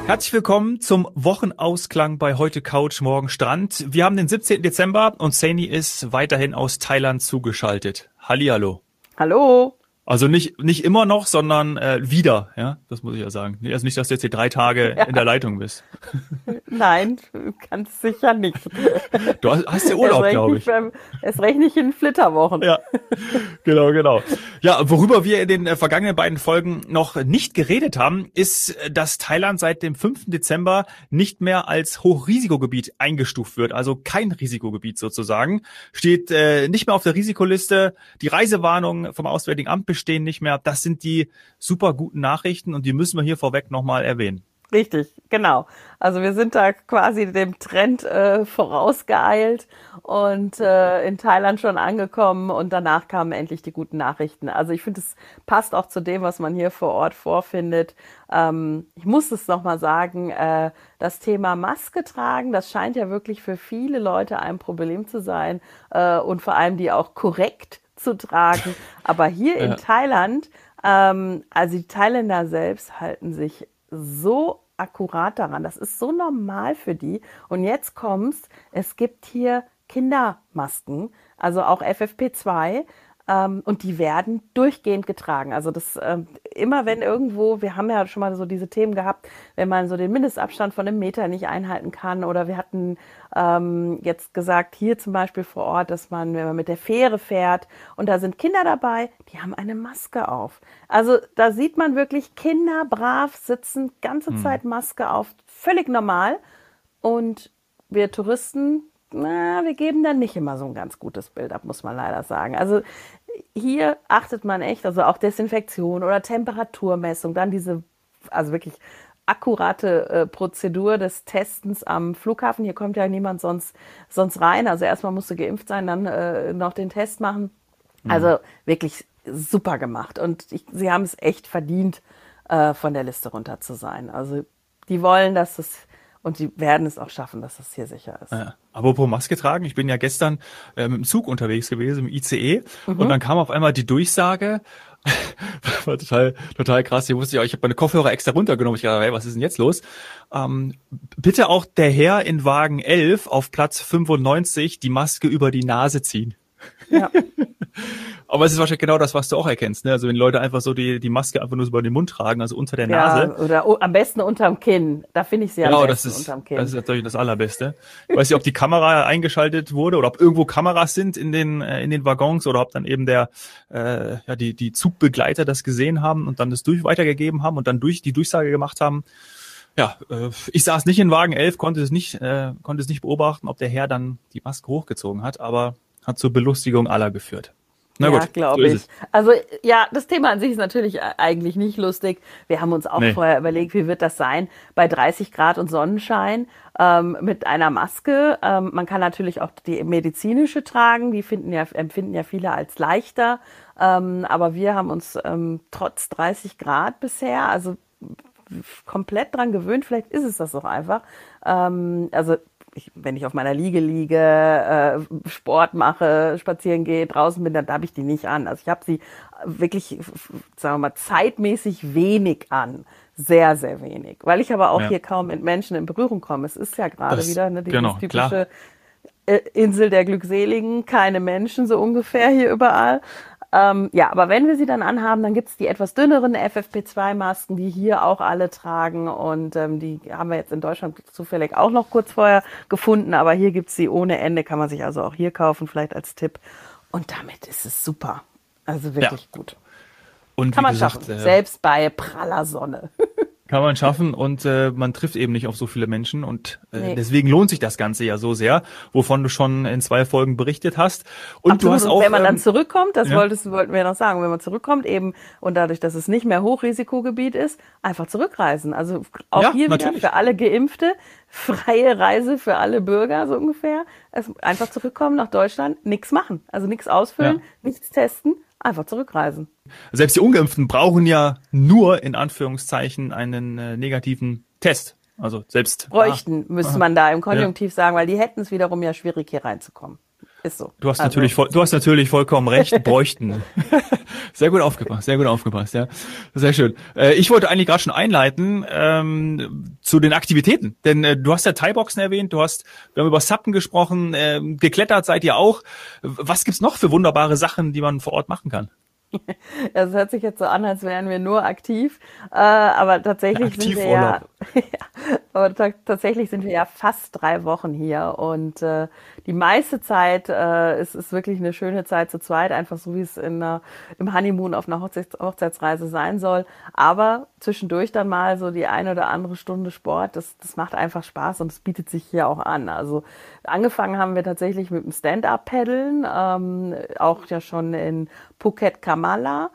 Herzlich willkommen zum Wochenausklang bei Heute Couch, morgen Strand. Wir haben den 17. Dezember und Saini ist weiterhin aus Thailand zugeschaltet. Hallihallo. Hallo. Also nicht immer noch, sondern wieder, ja, das muss ich ja sagen. Also nicht, dass du jetzt hier 3 Tage in der Leitung bist. Nein, ganz sicher nicht. Du hast ja Urlaub, glaube ich. Es recht nicht in Flitterwochen. Ja, genau. Ja, worüber wir in den vergangenen beiden Folgen noch nicht geredet haben, ist, dass Thailand seit dem 5. Dezember nicht mehr als Hochrisikogebiet eingestuft wird. Also kein Risikogebiet sozusagen. Steht nicht mehr auf der Risikoliste. Die Reisewarnungen vom Auswärtigen Amt bestehen nicht mehr. Das sind die super guten Nachrichten und die müssen wir hier vorweg nochmal erwähnen. Richtig, genau. Also wir sind da quasi dem Trend vorausgeeilt und in Thailand schon angekommen und danach kamen endlich die guten Nachrichten. Also ich finde, es passt auch zu dem, was man hier vor Ort vorfindet. Ich muss es nochmal sagen, das Thema Maske tragen, das scheint ja wirklich für viele Leute ein Problem zu sein und vor allem die auch korrekt zu tragen. Aber hier in Thailand, also die Thailänder selbst halten sich so akkurat daran. Das ist so normal für die. Und jetzt kommt's, es gibt hier Kindermasken, also auch FFP2, und die werden durchgehend getragen. Also das immer wenn irgendwo, wir haben ja schon mal so diese Themen gehabt, wenn man so den Mindestabstand von 1 Meter nicht einhalten kann, oder wir hatten jetzt gesagt, hier zum Beispiel vor Ort, dass man, wenn man mit der Fähre fährt und da sind Kinder dabei, die haben eine Maske auf. Also da sieht man wirklich Kinder brav sitzen, ganze Zeit Maske auf, völlig normal. Und wir Touristen, wir geben dann nicht immer so ein ganz gutes Bild ab, muss man leider sagen. Also hier achtet man echt, also auch Desinfektion oder Temperaturmessung, dann diese, also wirklich akkurate Prozedur des Testens am Flughafen. Hier kommt ja niemand sonst rein. Also erstmal musst du geimpft sein, dann noch den Test machen. Also wirklich super gemacht. Und sie haben es echt verdient, von der Liste runter zu sein. Also die wollen, dass es, und sie werden es auch schaffen, dass es hier sicher ist. Apropos Maske tragen, ich bin ja gestern mit dem Zug unterwegs gewesen, im ICE, und dann kam auf einmal die Durchsage, war total krass, hier wusste ich auch, ich habe meine Kopfhörer extra runtergenommen, ich dachte, hey, was ist denn jetzt los? Bitte auch der Herr in Wagen 11 auf Platz 95 die Maske über die Nase ziehen. Ja. Aber es ist wahrscheinlich genau das, was du auch erkennst, ne? Also wenn Leute einfach so die Maske einfach nur so über den Mund tragen, also unter der Nase. Oder am besten unterm Kinn. Da finde ich sie am besten unterm Kinn. Das ist natürlich das Allerbeste. Ich weiß nicht, ob die Kamera eingeschaltet wurde oder ob irgendwo Kameras sind in den Waggons oder ob dann eben die Zugbegleiter das gesehen haben und dann das weitergegeben haben und dann die Durchsage gemacht haben. Ja, ich saß nicht in Wagen 11, konnte es nicht beobachten, ob der Herr dann die Maske hochgezogen hat, aber hat zur Belustigung aller geführt. Na ja, gut, glaube ich. Also ja, das Thema an sich ist natürlich eigentlich nicht lustig. Wir haben uns auch vorher überlegt, wie wird das sein bei 30 Grad und Sonnenschein mit einer Maske. Man kann natürlich auch die medizinische tragen, die empfinden ja viele als leichter. Aber wir haben uns trotz 30 Grad bisher, also komplett dran gewöhnt, vielleicht ist es das auch einfach. Also wenn ich auf meiner Liege liege, Sport mache, spazieren gehe, draußen bin, dann habe ich die nicht an. Also ich habe sie wirklich, sagen wir mal, zeitmäßig wenig an. Sehr, sehr wenig. Weil ich aber auch hier kaum mit Menschen in Berührung komme. Es ist ja gerade wieder dieses typische Insel der Glückseligen, keine Menschen so ungefähr hier überall. Aber wenn wir sie dann anhaben, dann gibt's die etwas dünneren FFP2-Masken, die hier auch alle tragen, und die haben wir jetzt in Deutschland zufällig auch noch kurz vorher gefunden, aber hier gibt's sie ohne Ende, kann man sich also auch hier kaufen, vielleicht als Tipp, und damit ist es super, also wirklich gut. Und kann man schaffen, selbst bei praller Sonne. Kann man schaffen, und man trifft eben nicht auf so viele Menschen, und deswegen lohnt sich das Ganze ja so sehr, wovon du schon in 2 Folgen berichtet hast. Und absolut. Du hast auch, wenn man dann zurückkommt, wollten wir noch sagen, wenn man zurückkommt eben, und dadurch, dass es nicht mehr Hochrisikogebiet ist, einfach zurückreisen. Also auch hier wieder für alle Geimpfte, freie Reise für alle Bürger, so ungefähr. Also einfach zurückkommen nach Deutschland, nichts machen, also nichts ausfüllen, nichts testen, einfach zurückreisen. Selbst die Ungeimpften brauchen ja nur, in Anführungszeichen, einen negativen Test. Also selbst müsste man da im Konjunktiv sagen, weil die hätten es wiederum ja schwierig, hier reinzukommen. Ist so. Du hast natürlich vollkommen recht, bräuchten. Sehr gut aufgepasst, ja. Sehr schön. Ich wollte eigentlich gerade schon einleiten zu den Aktivitäten, denn du hast ja Thai-Boxen erwähnt, wir haben über Suppen gesprochen, geklettert seid ihr auch. Was gibt's noch für wunderbare Sachen, die man vor Ort machen kann? Es hört sich jetzt so an, als wären wir nur aktiv, aber tatsächlich sind wir ja, tatsächlich sind wir ja fast 3 Wochen hier und die meiste Zeit ist wirklich eine schöne Zeit zu zweit, einfach so wie es im Honeymoon auf einer Hochzeitsreise sein soll. Aber zwischendurch dann mal so die eine oder andere Stunde Sport, das macht einfach Spaß und es bietet sich hier auch an. Also angefangen haben wir tatsächlich mit dem Stand-Up-Paddeln, auch ja schon in Phuket Kamala.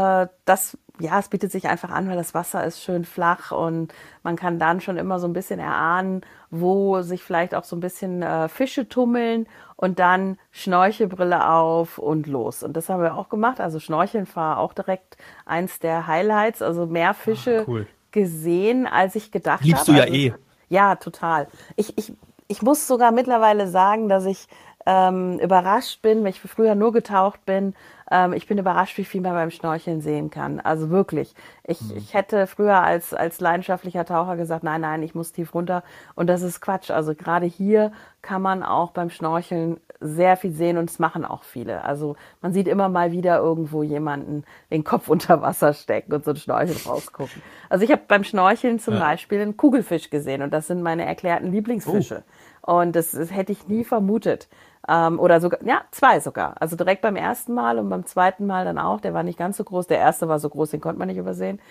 Es bietet sich einfach an, weil das Wasser ist schön flach und man kann dann schon immer so ein bisschen erahnen, wo sich vielleicht auch so ein bisschen Fische tummeln und dann Schnorchelbrille auf und los. Und das haben wir auch gemacht. Also Schnorcheln war auch direkt eins der Highlights. Also mehr Fische Cool. gesehen, als ich gedacht habe. Liebst du ja also, eh. Ja, total. Ich muss sogar mittlerweile sagen, dass ich überrascht bin, wenn ich früher nur getaucht bin. Ich bin überrascht, wie viel man beim Schnorcheln sehen kann. Also wirklich. Ich hätte früher als leidenschaftlicher Taucher gesagt, nein, ich muss tief runter. Und das ist Quatsch. Also gerade hier kann man auch beim Schnorcheln sehr viel sehen und es machen auch viele. Also man sieht immer mal wieder irgendwo jemanden den Kopf unter Wasser stecken und so ein Schnorchel rausgucken. Also ich habe beim Schnorcheln zum Beispiel einen Kugelfisch gesehen und das sind meine erklärten Lieblingsfische. Und das hätte ich nie vermutet. Oder sogar, ja, 2 sogar. Also direkt beim ersten Mal und beim zweiten Mal dann auch. Der war nicht ganz so groß. Der erste war so groß, den konnte man nicht übersehen.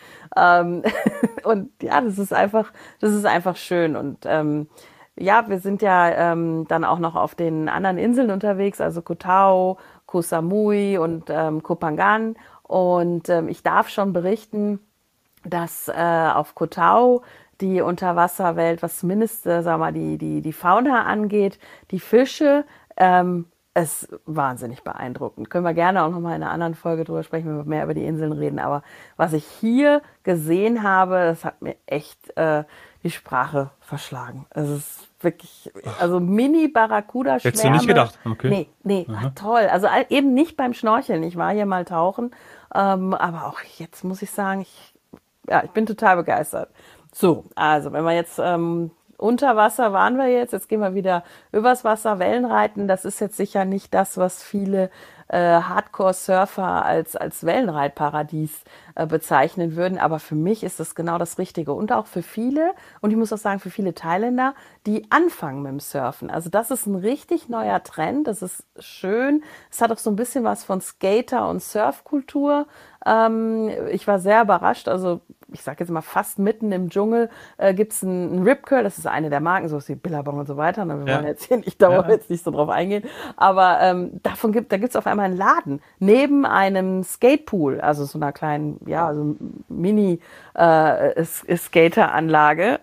Und ja, das ist einfach schön. Und wir sind ja dann auch noch auf den anderen Inseln unterwegs, also Koh Tao, Koh Samui und Koh Phangan. Und ich darf schon berichten, dass auf Koh Tao die Unterwasserwelt, was zumindest, sagen wir mal, die Fauna angeht, die Fische, ist wahnsinnig beeindruckend. Können wir gerne auch nochmal in einer anderen Folge drüber sprechen, wenn wir mehr über die Inseln reden. Aber was ich hier gesehen habe, das hat mir echt die Sprache verschlagen. Es ist wirklich, also Mini-Barracuda-Schwärme. Hättest du nicht gedacht? Okay. Nee, toll. Also eben nicht beim Schnorcheln. Ich war hier mal tauchen, aber auch jetzt muss ich sagen, ich bin total begeistert. So, also wenn wir jetzt unter Wasser waren wir jetzt gehen wir wieder übers Wasser, Wellenreiten. Das ist jetzt sicher nicht das, was viele Hardcore-Surfer als Wellenreitparadies bezeichnen würden, aber für mich ist das genau das Richtige und auch für viele, und ich muss auch sagen, für viele Thailänder, die anfangen mit dem Surfen. Also das ist ein richtig neuer Trend, das ist schön. Es hat auch so ein bisschen was von Skater- und Surfkultur. Ich war sehr überrascht, also ich sage jetzt mal fast mitten im Dschungel gibt's einen Rip Curl, das ist eine der Marken, so wie Billabong und so weiter. Wir wollen jetzt hier nicht, da wollen wir jetzt nicht so drauf eingehen, aber da gibt's auf einmal einen Laden neben einem Skatepool, also so einer kleinen, also Mini Skateranlage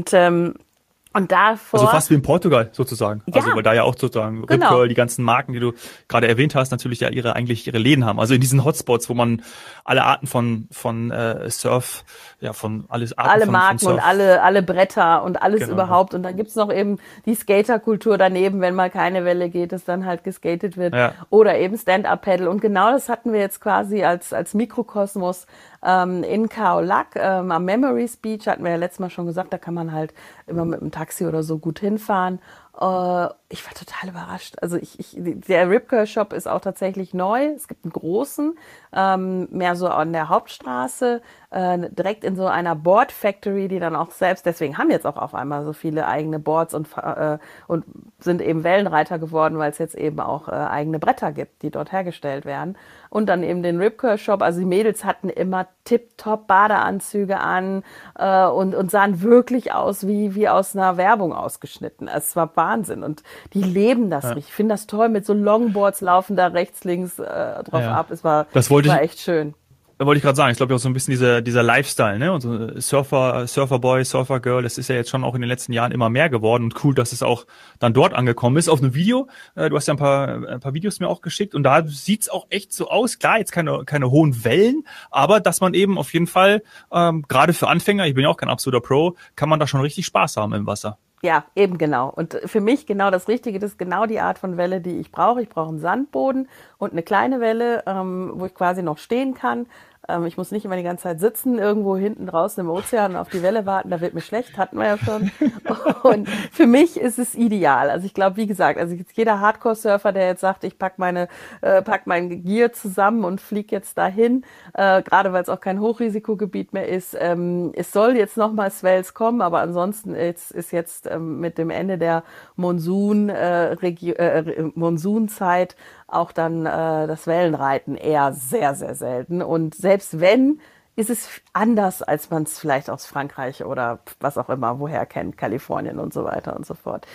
und davor. Also fast wie in Portugal sozusagen. Ja, also weil da ja auch sozusagen Rip Curl, die ganzen Marken, die du gerade erwähnt hast, natürlich ja ihre Läden haben. Also in diesen Hotspots, wo man alle Arten von Surf, von alles Arten alle von Marken Surf. Und alle Bretter und alles überhaupt. Und dann gibt's noch eben die Skaterkultur daneben, wenn mal keine Welle geht, dass dann halt geskatet wird. Ja. Oder eben Stand-Up-Paddle. Und genau das hatten wir jetzt quasi als Mikrokosmos in Khao Lak am Memories Beach, hatten wir ja letztes Mal schon gesagt, da kann man halt immer mit dem Taxi oder so gut hinfahren. Ich war total überrascht. Also der Rip Curl Shop ist auch tatsächlich neu. Es gibt einen großen, mehr so an der Hauptstraße, direkt in so einer Board Factory, die dann auch selbst, deswegen haben jetzt auch auf einmal so viele eigene Boards und sind eben Wellenreiter geworden, weil es jetzt eben auch eigene Bretter gibt, die dort hergestellt werden. Und dann eben den Rip Curl Shop. Also die Mädels hatten immer tipptopp Badeanzüge an und sahen wirklich aus wie aus einer Werbung ausgeschnitten. Es war Wahnsinn und die leben das richtig. Ich finde das toll, mit so Longboards laufen da rechts, links drauf ab. Es war echt schön. Da wollte ich gerade sagen, ich glaube auch so ein bisschen dieser Lifestyle, ne? Und so Surferboy, Surfergirl, das ist ja jetzt schon auch in den letzten Jahren immer mehr geworden und cool, dass es auch dann dort angekommen ist. Auf einem Video, du hast ja ein paar Videos mir auch geschickt und da sieht's auch echt so aus. Klar, jetzt keine hohen Wellen, aber dass man eben auf jeden Fall, gerade für Anfänger, ich bin ja auch kein absoluter Pro, kann man da schon richtig Spaß haben im Wasser. Ja, eben genau. Und für mich genau das Richtige, das ist genau die Art von Welle, die ich brauche. Ich brauche einen Sandboden und eine kleine Welle, wo ich quasi noch stehen kann. Ich muss nicht immer die ganze Zeit sitzen, irgendwo hinten draußen im Ozean und auf die Welle warten, da wird mir schlecht, hatten wir ja schon. Und für mich ist es ideal. Also ich glaube, wie gesagt, also jetzt jeder Hardcore-Surfer, der jetzt sagt, ich pack mein Gear zusammen und fliege jetzt dahin, gerade weil es auch kein Hochrisikogebiet mehr ist. Es soll jetzt nochmal Swells kommen, aber ansonsten ist jetzt mit dem Ende der Monsunzeit auch dann das Wellenreiten eher sehr, sehr selten. Und selbst wenn, ist es anders, als man es vielleicht aus Frankreich oder was auch immer woher kennt, Kalifornien und so weiter und so fort.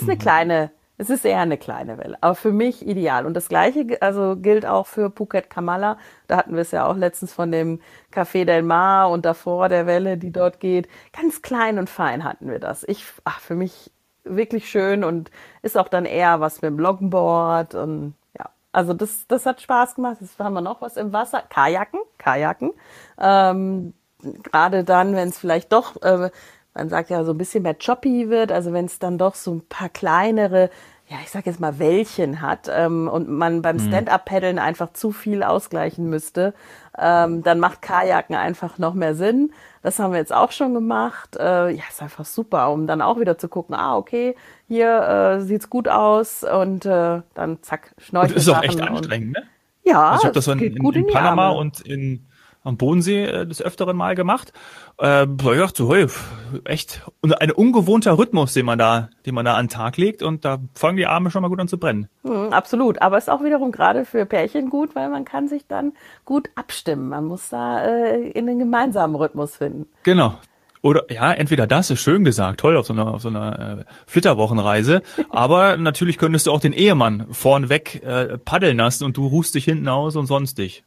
Es ist eher eine kleine Welle, aber für mich ideal. Und das Gleiche also gilt auch für Phuket Kamala. Da hatten wir es ja auch letztens von dem Café Del Mar und davor der Welle, die dort geht. Ganz klein und fein hatten wir das. Für mich wirklich schön und ist auch dann eher was mit dem Longboard und ja. Also das hat Spaß gemacht. Jetzt haben wir noch was im Wasser. Kajaken. Ähm, Gerade dann, wenn es vielleicht doch, man sagt ja so ein bisschen mehr choppy wird, also wenn es dann doch so ein paar kleinere, ja, ich sag jetzt mal Wellchen hat und man beim Stand-Up-Paddeln einfach zu viel ausgleichen müsste, dann macht Kajaken einfach noch mehr Sinn. Das haben wir jetzt auch schon gemacht. Ja, ist einfach super, um dann auch wieder zu gucken, okay, hier sieht's gut aus und dann zack, Und ist auch echt Schnorchelsachen. anstrengend, ne? Ja, Also ich habe das es so geht gut in in die Panama Arme. und am Bodensee des Öfteren mal gemacht. Da ich dachte so, hey, echt ein ungewohnter Rhythmus, den man da an den Tag legt und da fangen die Arme schon mal gut an zu brennen. Absolut, aber ist auch wiederum gerade für Pärchen gut, weil man kann sich dann gut abstimmen. Man muss da in den gemeinsamen Rhythmus finden. Genau. Oder ja, entweder das ist schön gesagt, toll auf so einer Flitterwochenreise, aber natürlich könntest du auch den Ehemann vornweg paddeln lassen und du ruhst dich hinten aus und sonstig.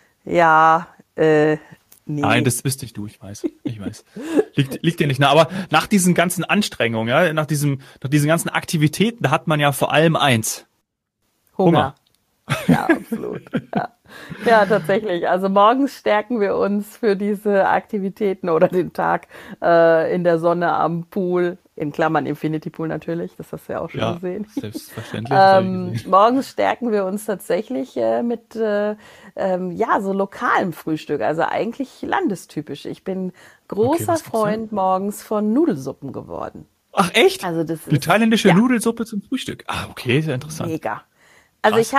Ja, Nein, nee, das bist nicht du, ich weiß. Ich weiß. Liegt dir nicht nah. Aber nach diesen ganzen Anstrengungen, ja, nach diesen ganzen Aktivitäten, da hat man ja vor allem eins. Hunger. Hunger. Ja, absolut. Ja. Ja, tatsächlich. Also morgens stärken wir uns für diese Aktivitäten oder den Tag in der Sonne am Pool, in Klammern Infinity Pool natürlich, das hast du ja auch schon Ja, gesehen. selbstverständlich, das habe ich gesehen. Morgens stärken wir uns tatsächlich mit ja, so lokalem Frühstück, also eigentlich landestypisch. Ich bin Okay, großer was gibt's da? Freund morgens von Nudelsuppen geworden. Ach, echt? Also das Die ist, thailändische ja, Nudelsuppe zum Frühstück. Ah, okay, sehr interessant. mega. Also Krass.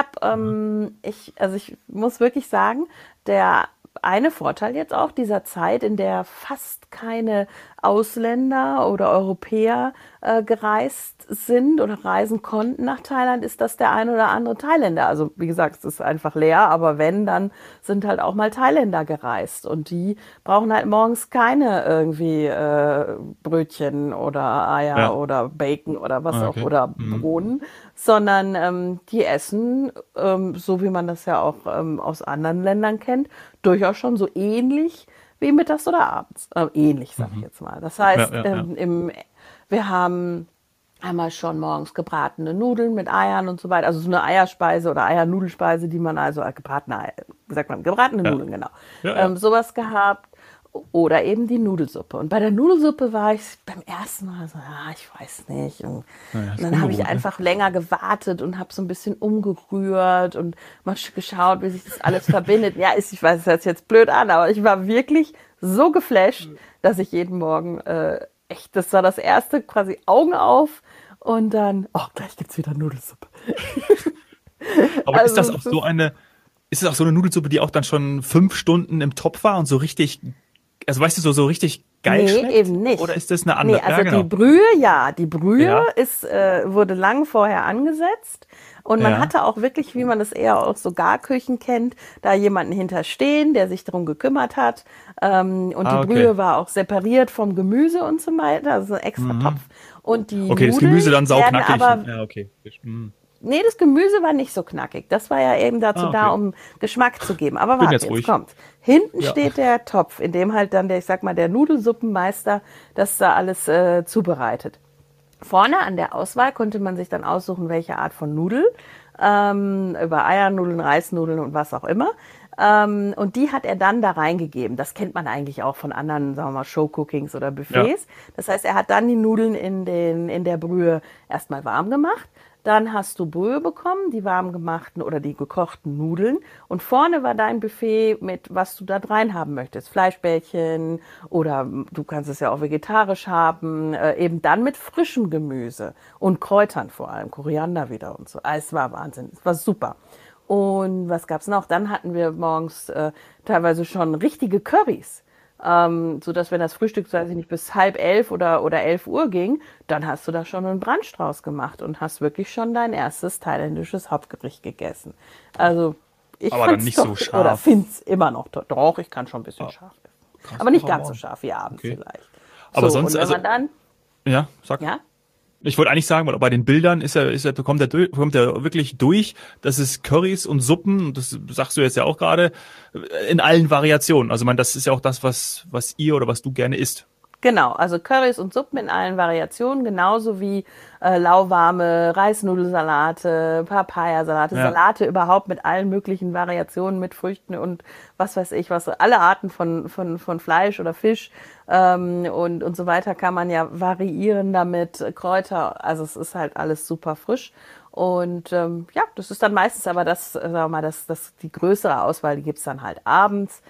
ich muss wirklich sagen, der eine Vorteil jetzt auch dieser Zeit, in der fast keine Ausländer oder Europäer gereist sind oder reisen konnten nach Thailand, ist, dass der ein oder andere Thailänder, also wie gesagt, es ist einfach leer, aber wenn, dann sind halt auch mal Thailänder gereist und die brauchen halt morgens keine irgendwie Brötchen oder Eier Ja, oder Bacon oder was ah, auch okay. oder Mhm. Bohnen, sondern die essen, so wie man das ja auch aus anderen Ländern kennt, durchaus schon so ähnlich wie mittags oder abends. Ähnlich, sag ich Mhm. jetzt mal. Das Ja, heißt, ja, ja. wir haben einmal schon morgens gebratene Nudeln mit Eiern und so weiter. Also so eine Eierspeise oder Eiernudelspeise, die man also gebratene Eier, wie sagt man, gebratene Ja, Nudeln, genau. ja, ja. Sowas gehabt. Oder eben die Nudelsuppe. Und bei der Nudelsuppe war ich beim ersten Mal so, ich weiß nicht. Und Naja, ist dann habe ich ungewohnt, ne? einfach länger gewartet und habe so ein bisschen umgerührt und mal geschaut, wie sich das alles verbindet. Ja, ich weiß, das hört sich jetzt blöd an, aber ich war wirklich so geflasht, dass ich jeden Morgen echt, das war das erste, quasi Augen auf und dann, gleich gibt's wieder Nudelsuppe. Aber Also es ist, ist es auch so eine Nudelsuppe, die auch dann schon 5 Stunden im Topf war und so richtig, also weißt du, so richtig geil nee, schmeckt? eben Oder nicht. ist das eine Nee, andere? Ja, also die genau. Brühe, ja, die Brühe Ja, wurde lang vorher angesetzt und man ja. hatte auch wirklich, wie man das eher aus so Garküchen kennt, da jemanden hinterstehen, der sich darum gekümmert hat. Und die Ah, okay. Brühe war auch separiert vom Gemüse und so weiter, also ein extra Topf. Mhm. Und die Okay, das Nudeln Gemüse dann werden sauknackig. aber Ja, okay. Mhm. Nee, das Gemüse war nicht so knackig. Das war ja eben dazu Ah, da, okay. um Geschmack zu geben. Aber Bin warte, jetzt jetzt ruhig. kommt. Hinten Ja. steht der Topf, in dem halt dann ich sag mal, der Nudelsuppenmeister das da alles zubereitet. Vorne an der Auswahl konnte man sich dann aussuchen, welche Art von Nudel, über Eiernudeln, Reisnudeln und was auch immer. Und die hat er dann da reingegeben. Das kennt man eigentlich auch von anderen, sagen wir mal, Showcookings oder Buffets. Ja. Das heißt, er hat dann die Nudeln in der Brühe erstmal warm gemacht. Dann hast du Brühe bekommen, die warm gemachten oder die gekochten Nudeln. Und vorne war dein Buffet mit, was du da rein haben möchtest. Fleischbällchen oder du kannst es ja auch vegetarisch haben. Eben dann mit frischem Gemüse und Kräutern vor allem. Koriander wieder und so. Es war Wahnsinn. Es war super. Und was gab's noch? Dann hatten wir morgens teilweise schon richtige Currys. So dass wenn das Frühstück, weiß ich nicht, bis 10:30 oder 11 Uhr ging, dann hast du da schon einen Brunch draus gemacht und hast wirklich schon dein erstes thailändisches Hauptgericht gegessen. Also ich aber dann nicht doch, so scharf. Oder find's immer noch doch, ich kann schon ein bisschen scharf essen. Krass, aber nicht ganz so scharf wie abends vielleicht. Aber so, sonst, und wenn also, man dann, ja, sag. ja? Ich wollte eigentlich sagen, weil bei den Bildern kommt er wirklich durch, dass es Currys und Suppen, und das sagst du jetzt ja auch gerade, in allen Variationen. Also, das ist ja auch das, was ihr oder was du gerne isst. Genau, also Currys und Suppen in allen Variationen, genauso wie lauwarme Reisnudelsalate, Papayasalate, Salate überhaupt mit allen möglichen Variationen, mit Früchten und was weiß ich was, alle Arten von Fleisch oder Fisch und so weiter kann man ja variieren damit, Kräuter, also es ist halt alles super frisch. Und das ist dann meistens aber sagen wir mal, die größere Auswahl, die gibt's dann halt abends.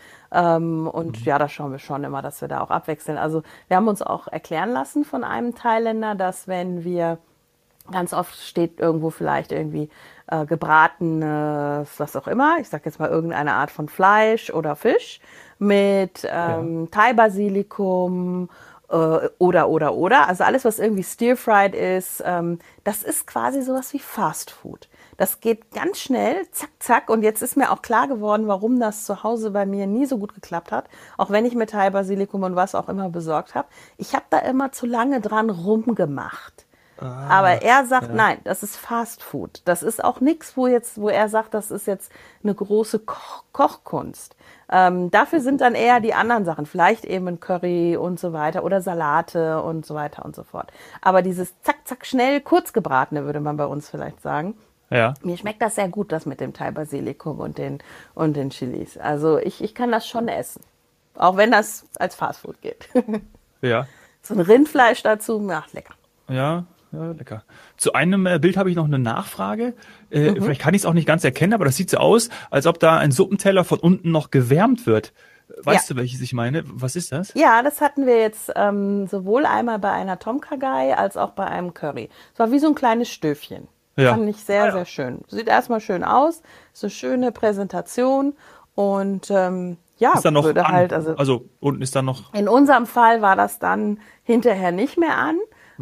Da schauen wir schon immer, dass wir da auch abwechseln. Also wir haben uns auch erklären lassen von einem Thailänder, dass wenn wir, ganz oft steht irgendwo vielleicht irgendwie gebratenes, was auch immer, ich sag jetzt mal irgendeine Art von Fleisch oder Fisch mit Thai-Basilikum, oder. Also alles, was irgendwie stir-fried ist, das ist quasi sowas wie Fast Food. Das geht ganz schnell, zack, zack. Und jetzt ist mir auch klar geworden, warum das zu Hause bei mir nie so gut geklappt hat. Auch wenn ich mit Thai-Basilikum und was auch immer besorgt habe. Ich habe da immer zu lange dran rumgemacht. Aber er sagt, nein, das ist Fast Food. Das ist auch nichts, wo er sagt, das ist jetzt eine große Kochkunst. Dafür sind dann eher die anderen Sachen, vielleicht eben ein Curry und so weiter oder Salate und so weiter und so fort. Aber dieses zack, zack, schnell, kurz gebratene, würde man bei uns vielleicht sagen. Ja. Mir schmeckt das sehr gut, das mit dem Thai-Basilikum und den Chilis. Also ich kann das schon essen. Auch wenn das als Fast Food geht. Ja. So ein Rindfleisch dazu, lecker. Ja, lecker. Zu einem Bild habe ich noch eine Nachfrage. Vielleicht kann ich es auch nicht ganz erkennen, aber das sieht so aus, als ob da ein Suppenteller von unten noch gewärmt wird. Weißt du, welches ich meine? Was ist das? Ja, das hatten wir jetzt sowohl einmal bei einer Tom Kha Gai als auch bei einem Curry. Es war wie so ein kleines Stöfchen. Ja. Fand ich sehr, sehr schön. Sieht erstmal schön aus, ist eine schöne Präsentation und ist dann noch würde an. halt, also unten ist dann noch. In unserem Fall war das dann hinterher nicht mehr an.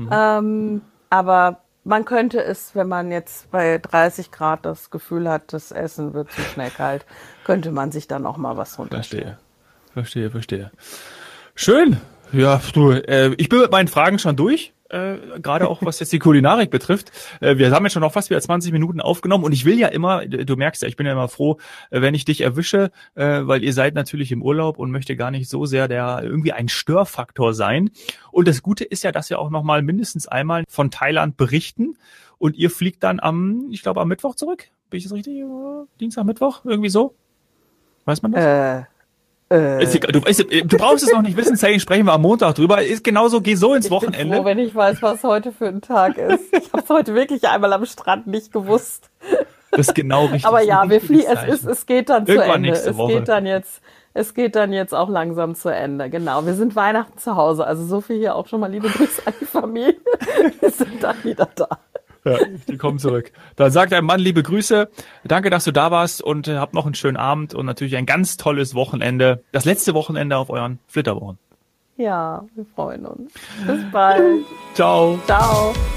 Aber man könnte es, wenn man jetzt bei 30 Grad das Gefühl hat, das Essen wird zu schnell kalt, könnte man sich dann auch mal was runterstellen. Verstehe. Schön. Ja, du, ich bin mit meinen Fragen schon durch. Gerade auch was jetzt die Kulinarik betrifft. Wir haben jetzt schon noch fast wieder 20 Minuten aufgenommen und ich will ja immer, du merkst ja, ich bin ja immer froh, wenn ich dich erwische, weil ihr seid natürlich im Urlaub und möchte gar nicht so sehr irgendwie ein Störfaktor sein. Und das Gute ist ja, dass wir auch noch mal mindestens einmal von Thailand berichten und ihr fliegt dann ich glaube am Mittwoch zurück. Bin ich das richtig? Dienstag, Mittwoch? Irgendwie so? Weiß man das? Du brauchst es noch nicht wissen, sprechen wir am Montag drüber. Ist genauso, geh so ins Wochenende. Ich bin froh, wenn ich weiß, was heute für ein Tag ist. Ich habe es heute wirklich einmal am Strand nicht gewusst. Das ist genau richtig. Aber ja, wir fliegen. Es geht dann irgendwann zu Ende. Nächste Woche. Es geht dann jetzt auch langsam zu Ende. Genau. Wir sind Weihnachten zu Hause. Also so viel hier auch schon mal liebe Grüße an die Familie. Wir sind dann wieder da. Ja, die kommen zurück. Dann sagt dein Mann liebe Grüße. Danke, dass du da warst und habt noch einen schönen Abend und natürlich ein ganz tolles Wochenende. Das letzte Wochenende auf euren Flitterwochen. Ja, wir freuen uns. Bis bald. Ciao. Ciao.